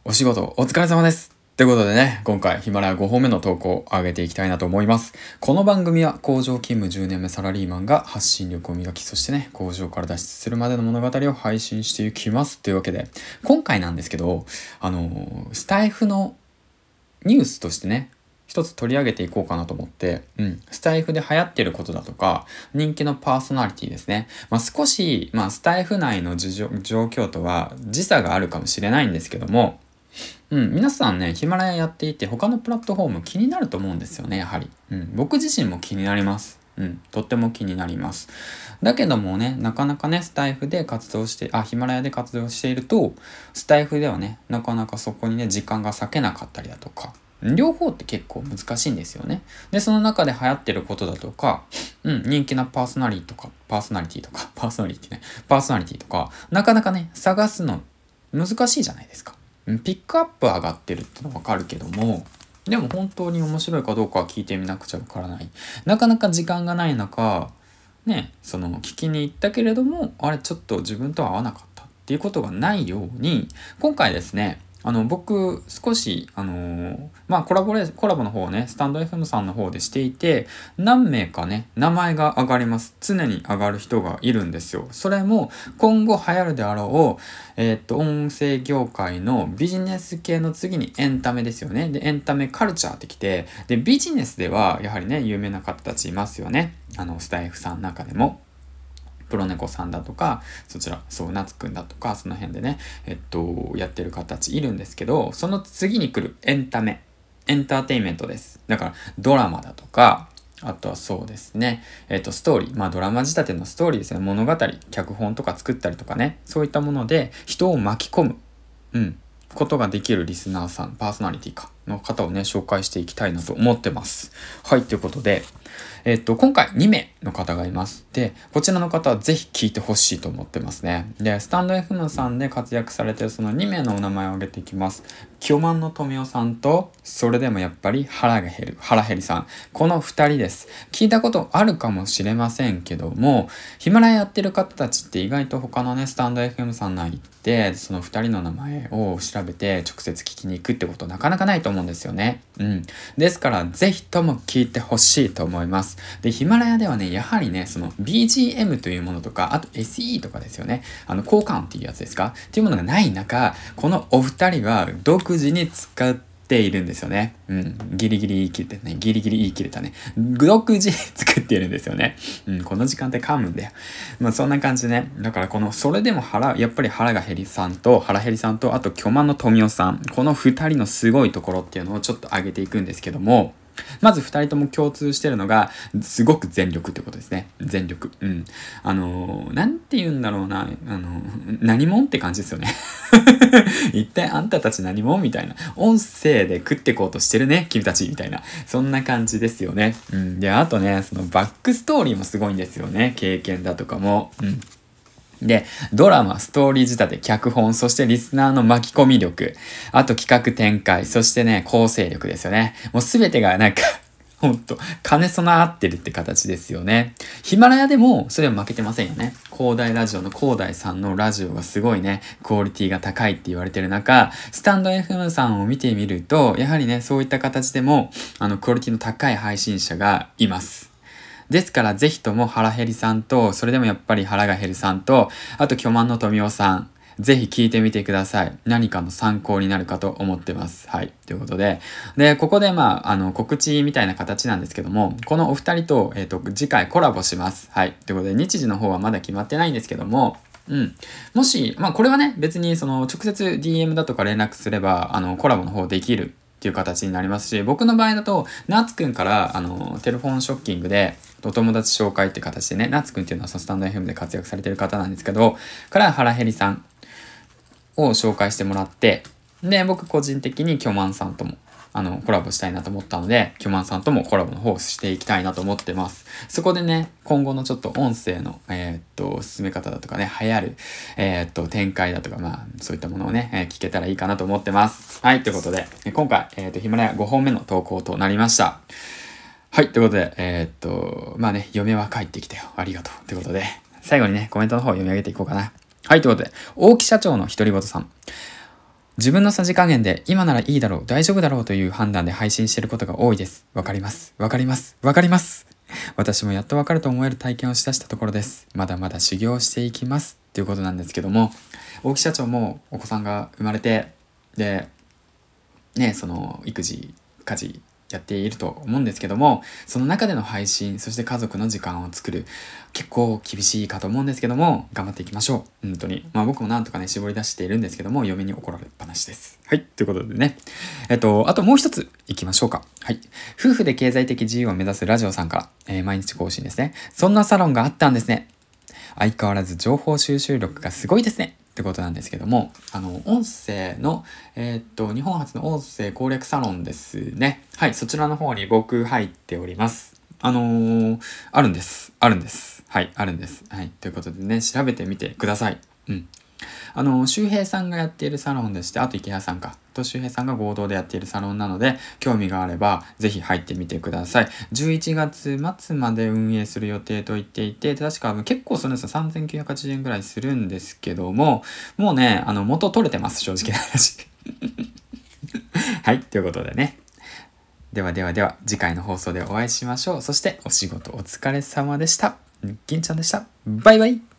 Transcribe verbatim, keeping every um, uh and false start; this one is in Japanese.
お仕事お疲れ様です。ということでね、今回ヒマラヤごほんめの投稿を上げていきたいなと思います。この番組は工場勤務じゅうねんめサラリーマンが発信力を磨き、そしてね、工場から脱出するまでの物語を配信していきます。というわけで、今回なんですけど、あのー、スタイフのニュースとしてね、一つ取り上げていこうかなと思って、うん、スタイフで流行ってることだとか、人気のパーソナリティですね。まあ、少し、まあ、スタイフ内の状況とは時差があるかもしれないんですけども、うん、皆さんね、ヒマラヤやっていて他のプラットフォーム気になると思うんですよね、やはり。うん、僕自身も気になります。うん、とっても気になります。だけどもね、なかなかね、スタイフで活動して、あ、ヒマラヤで活動していると、スタイフではね、なかなかそこにね、時間が割けなかったりだとか、両方って結構難しいんですよね。で、その中で流行ってることだとか、うん、人気なパーソナリティとか、パーソナリティとか、パーソナリティね、パーソナリティとか、なかなかね、探すの難しいじゃないですか。ピックアップ上がってるってのはわかるけども、でも本当に面白いかどうかは聞いてみなくちゃわからない。なかなか時間がない中、ね、その聞きに行ったけれども、あれちょっと自分とは合わなかったっていうことがないように、今回ですね、あの僕少しあのー、まあコラボレコラボの方をねスタンド エフエム さんの方でしていて、何名かね名前が上がります。常に上がる人がいるんですよ。それも今後流行るであろうえー、っと音声業界のビジネス系の次にエンタメですよね。でエンタメカルチャーってきて、でビジネスではやはりね有名な方たちいますよね。あのスタイフさんの中でも。プロネコさんだとか、そちら、そう、夏くんだとか、その辺でね、えっと、やってる方たちいるんですけど、その次に来るエンタメ、エンターテインメントです。だから、ドラマだとか、あとはそうですね、えっと、ストーリー、まあドラマ仕立てのストーリーですね、物語、脚本とか作ったりとかね、そういったもので人を巻き込む、うん、ことができるリスナーさん、パーソナリティか、の方をね、紹介していきたいなと思ってます。はい、ということで、えっと、今回にめいの方がいます。で、こちらの方はぜひ聞いてほしいと思ってますね。で、スタンド エフエム さんで活躍されているそのにめいのお名前を挙げていきます。キョマンの富夫さんと、それでもやっぱり腹が減る、腹減りさん。このふたりです。聞いたことあるかもしれませんけども、ヒマラヤやってる方たちって意外と他のね、スタンド エフエム さん内行って、そのふたりの名前を調べて直接聞きに行くってことなかなかないと思うんですよね。うん。ですから、ぜひとも聞いてほしいと思います。で、ヒマラヤではね、やはりね、その ビージーエム というものとか、あと エスイー とかですよね。あの、効果音っていうやつですかっていうものがない中、このお二人は独自に使っているんですよね。うん。ギリギリ言い切れたね。ギリギリ言い切れたね。独自に作っているんですよね。うん。この時間って噛むんだよ。まあそんな感じでね。だからこの、それでも腹、やっぱり腹が減りさんと、腹減りさんと、あと巨万の富夫さん。この二人のすごいところっていうのをちょっと上げていくんですけども、まず二人とも共通してるのが、すごく全力ってことですね。全力。うん。あのー、なんて言うんだろうな。あのー、何者って感じですよね。一体あんたたち何者みたいな。音声で食ってこうとしてるね、君たちみたいな。そんな感じですよね。うん。で、あとね、そのバックストーリーもすごいんですよね。経験だとかも。うん。で、ドラマ、ストーリー仕立て、脚本、そしてリスナーの巻き込み力、あと企画展開、そしてね、構成力ですよね。もうすべてがなんか、ほんと、兼ね備わってるって形ですよね。ヒマラヤでも、それは負けてませんよね。広大ラジオの広大さんのラジオがすごいね、クオリティが高いって言われてる中、スタンド エフエム さんを見てみると、やはりね、そういった形でも、あの、クオリティの高い配信者がいます。ですからぜひとも腹減りさんと、それでもやっぱり腹が減るさんと、あと巨万の富夫さん、ぜひ聞いてみてください。何かの参考になるかと思ってます。はい。ということで。で、ここでまあ、あの、告知みたいな形なんですけども、このお二人と、えっと、次回コラボします。はい。ということで、日時の方はまだ決まってないんですけども、うん。もし、まあこれはね、別にその直接 ディーエム だとか連絡すれば、あの、コラボの方できるっていう形になりますし、僕の場合だと、ナツくんから、あの、テレフォンショッキングで、お友達紹介って形でね、ナツくんっていうのはそのスタンド エフエム で活躍されてる方なんですけど、から腹減りさんを紹介してもらって、で、僕個人的に巨万さんとも、あの、コラボしたいなと思ったので、巨万さんともコラボの方をしていきたいなと思ってます。そこでね、今後のちょっと音声の、えー、っと、進め方だとかね、流行る、えー、っと、展開だとか、まあ、そういったものをね、えー、聞けたらいいかなと思ってます。はい、ということで、今回、えー、っと、ヒマラヤごほんめの投稿となりました。はい、ということで、えー、っと、まあね、嫁は帰ってきたよ。ありがとう。ということで、最後にね、コメントの方を読み上げていこうかな。はい、ということで、大木社長の独り言さん。 自分のさじ加減で今ならいいだろう、大丈夫だろうという判断で配信していることが多いです。わかります。わかります。わかります。私もやっとわかると思える体験をしだしたところです。まだまだ修行していきます。ということなんですけども、大木社長もお子さんが生まれて、で、ね、その育児、家事やっていると思うんですけども、その中での配信、そして家族の時間を作る、結構厳しいかと思うんですけども、頑張っていきましょう。本当に。まあ僕もなんとかね、絞り出しているんですけども、嫁に怒られっぱなしです。はい。ということでね。えっと、あともう一つ行きましょうか。はい。夫婦で経済的自由を目指すラジオさんから、えー毎日更新ですね。そんなサロンがあったんですね。相変わらず情報収集力がすごいですね。ってことなんですけども、あの、音声の、えーっと、日本初の音声攻略サロンですね。はい、そちらの方に僕入っております。あのー、あるんです。あるんです。はい、あるんです。はい、ということでね、調べてみてください。うん。あの、周平さんがやっているサロンでして、あと池谷さんか、と周平さんが合同でやっているサロンなので、興味があれば、ぜひ入ってみてください。じゅういちがつ末まで運営する予定と言っていて、確か結構するんですよ。さんぜんきゅうひゃくはちじゅうえんぐらいするんですけども、もうね、あの、元取れてます、正直な話。はい、ということでね。ではではでは、次回の放送でお会いしましょう。そして、お仕事お疲れ様でした。銀ちゃんでした。バイバイ。